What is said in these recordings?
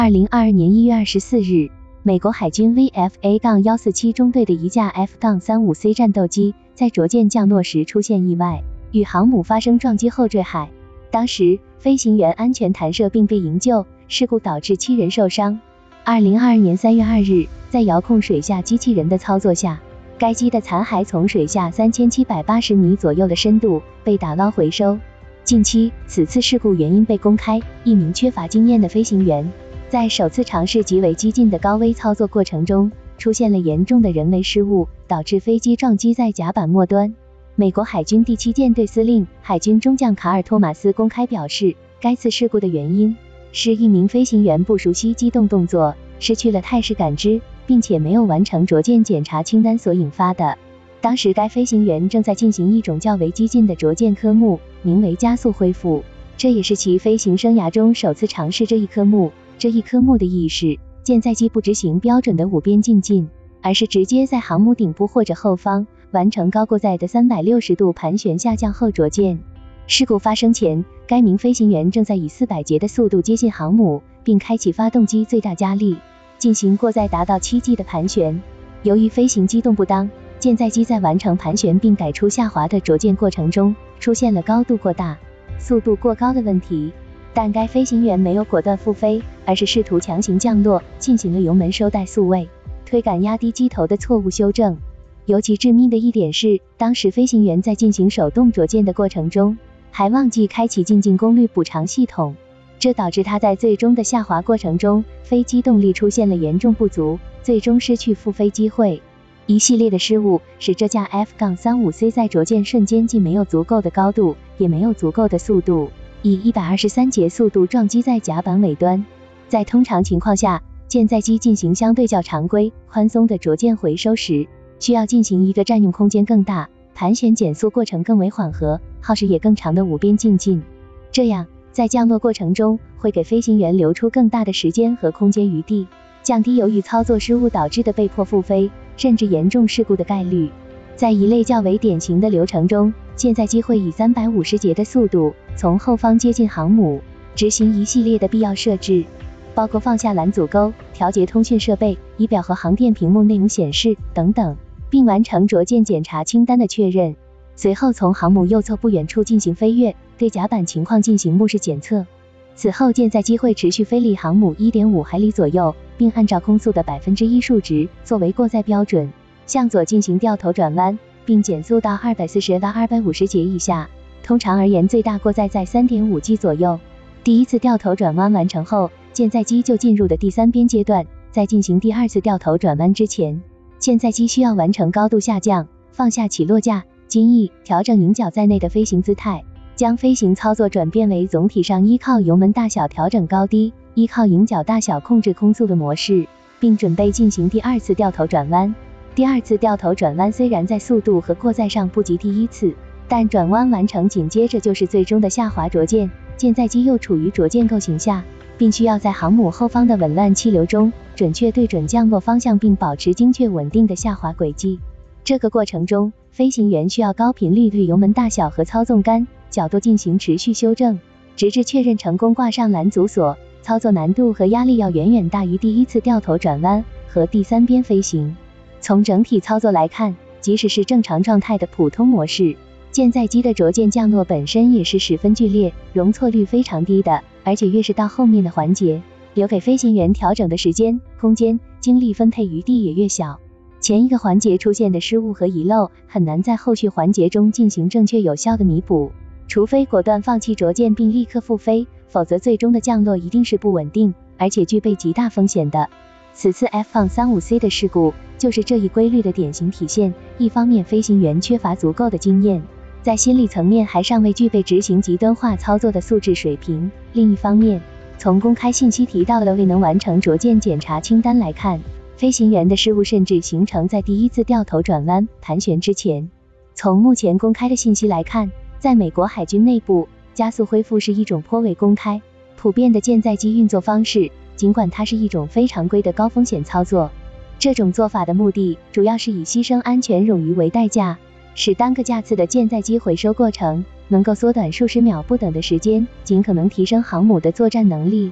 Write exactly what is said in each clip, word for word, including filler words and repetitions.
二零二二年一月二十四日，美国海军 V F A 一四七 中队的一架 F 三五 C 战斗机在逐渐降落时出现意外，与航母发生撞击后坠海。当时飞行员安全弹射并被营救，事故导致七人受伤。二零二二年三月二日，在遥控水下机器人的操作下，该机的残骸从水下三千七百八十米左右的深度被打捞回收。近期，此次事故原因被公开，一名缺乏经验的飞行员在首次尝试极为激进的高危操作过程中，出现了严重的人为失误，导致飞机撞击在甲板末端。美国海军第七舰队司令、海军中将卡尔·托马斯公开表示，该次事故的原因是一名飞行员不熟悉机动动作，失去了态势感知，并且没有完成着舰检查清单所引发的。当时该飞行员正在进行一种较为激进的着舰科目，名为加速恢复，这也是其飞行生涯中首次尝试这一科目。这一科目的意义是，舰载机不执行标准的五边进进，而是直接在航母顶部或者后方完成高过载的三百六十度盘旋下降后着舰。事故发生前，该名飞行员正在以四百节的速度接近航母，并开启发动机最大加力，进行过载达到七 G 的盘旋。由于飞行机动不当，舰载机在完成盘旋并改出下滑的着舰过程中，出现了高度过大、速度过高的问题。但该飞行员没有果断复飞，而是试图强行降落，进行了油门收带速位、推杆压低机头的错误修正。尤其致命的一点是，当时飞行员在进行手动着舰的过程中，还忘记开启进进功率补偿系统，这导致他在最终的下滑过程中，飞机动力出现了严重不足，最终失去复飞机会。一系列的失误使这架 F 三五 C 在着舰瞬间既没有足够的高度，也没有足够的速度，以一百二十三节速度撞击在甲板尾端。在通常情况下，舰载机进行相对较常规、宽松的着舰回收时，需要进行一个占用空间更大、盘旋减速过程更为缓和、耗时也更长的五边进进。这样，在降落过程中会给飞行员留出更大的时间和空间余地，降低由于操作失误导致的被迫复飞，甚至严重事故的概率。在一类较为典型的流程中，舰载机会以三百五十节的速度从后方接近航母，执行一系列的必要设置，包括放下拦阻钩、调节通讯设备、仪表和航电屏幕内容显示等等，并完成着舰检查清单的确认。随后从航母右侧不远处进行飞跃，对甲板情况进行目视检测。此后舰载机会持续飞离航母 一点五海里左右，并按照空速的百分之一数值作为过载标准，向左进行掉头转弯，并减速到二百四十到二百五十节以下。通常而言，最大过载在 三点五 G 左右。第一次掉头转弯完成后，舰载机就进入了第三边阶段。在进行第二次掉头转弯之前，舰载机需要完成高度下降、放下起落架、襟翼、调整迎角在内的飞行姿态，将飞行操作转变为总体上依靠油门大小调整高低、依靠迎角大小控制空速的模式，并准备进行第二次掉头转弯。第二次掉头转弯虽然在速度和过载上不及第一次，但转弯完成紧接着就是最终的下滑着舰，舰载机又处于着舰构型下，并需要在航母后方的紊乱气流中准确对准降落方向，并保持精确稳定的下滑轨迹。这个过程中，飞行员需要高频率对油门大小和操纵杆角度进行持续修正，直至确认成功挂上拦阻索。操作难度和压力要远远大于第一次掉头转弯和第三边飞行。从整体操作来看，即使是正常状态的普通模式，舰载机的着舰降落本身也是十分剧烈、容错率非常低的，而且越是到后面的环节，留给飞行员调整的时间、空间、精力分配余地也越小。前一个环节出现的失误和遗漏，很难在后续环节中进行正确有效的弥补，除非果断放弃着舰并立刻复飞，否则最终的降落一定是不稳定，而且具备极大风险的。此次 F 三五 C 的事故就是这一规律的典型体现。一方面，飞行员缺乏足够的经验，在心理层面还尚未具备执行极端化操作的素质水平；另一方面，从公开信息提到的未能完成着舰检查清单来看，飞行员的失误甚至形成在第一次掉头转弯盘旋之前。从目前公开的信息来看，在美国海军内部，加速恢复是一种颇为公开、普遍的舰载机运作方式，尽管它是一种非常规的高风险操作。这种做法的目的主要是以牺牲安全冗余为代价，使单个架次的舰载机回收过程能够缩短数十秒不等的时间，尽可能提升航母的作战能力。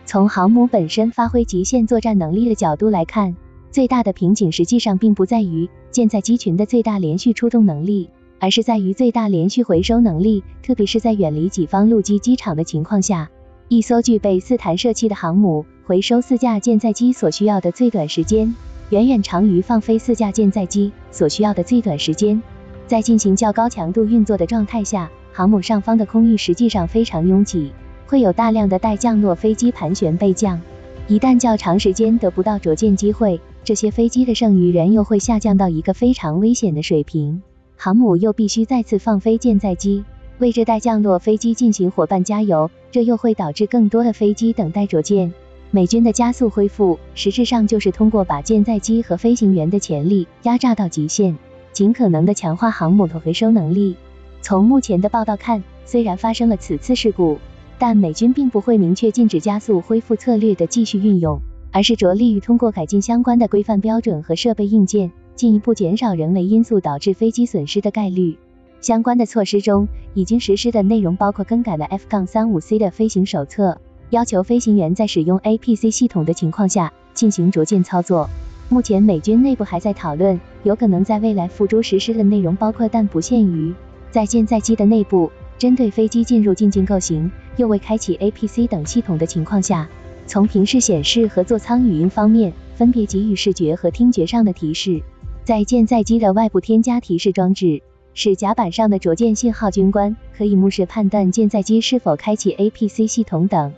从航母本身发挥极限作战能力的角度来看，最大的瓶颈实际上并不在于舰载机群的最大连续出动能力，而是在于最大连续回收能力，特别是在远离己方陆基机场的情况下，一艘具备四弹射器的航母回收四架舰载机所需要的最短时间，远远长于放飞四架舰载机所需要的最短时间。在进行较高强度运作的状态下，航母上方的空域实际上非常拥挤，会有大量的待降落飞机盘旋备降，一旦较长时间得不到着舰机会，这些飞机的剩余人又会下降到一个非常危险的水平，航母又必须再次放飞舰载机，为这待降落飞机进行伙伴加油，这又会导致更多的飞机等待着舰。美军的加速恢复，实质上就是通过把舰载机和飞行员的潜力压榨到极限，尽可能的强化航母的回收能力。从目前的报道看，虽然发生了此次事故，但美军并不会明确禁止加速恢复策略的继续运用，而是着力于通过改进相关的规范标准和设备硬件，进一步减少人为因素导致飞机损失的概率。相关的措施中，已经实施的内容包括更改了 F 三十五 C 的飞行手册，要求飞行员在使用 A P C 系统的情况下进行着舰操作。目前美军内部还在讨论，有可能在未来付诸实施的内容包括但不限于，在舰载机的内部，针对飞机进入进境构型又未开启 A P C 等系统的情况下，从平视显示和座舱语音方面，分别给予视觉和听觉上的提示。在舰载机的外部添加提示装置，使甲板上的着舰信号军官可以目视判断舰载机是否开启 A P C 系统等。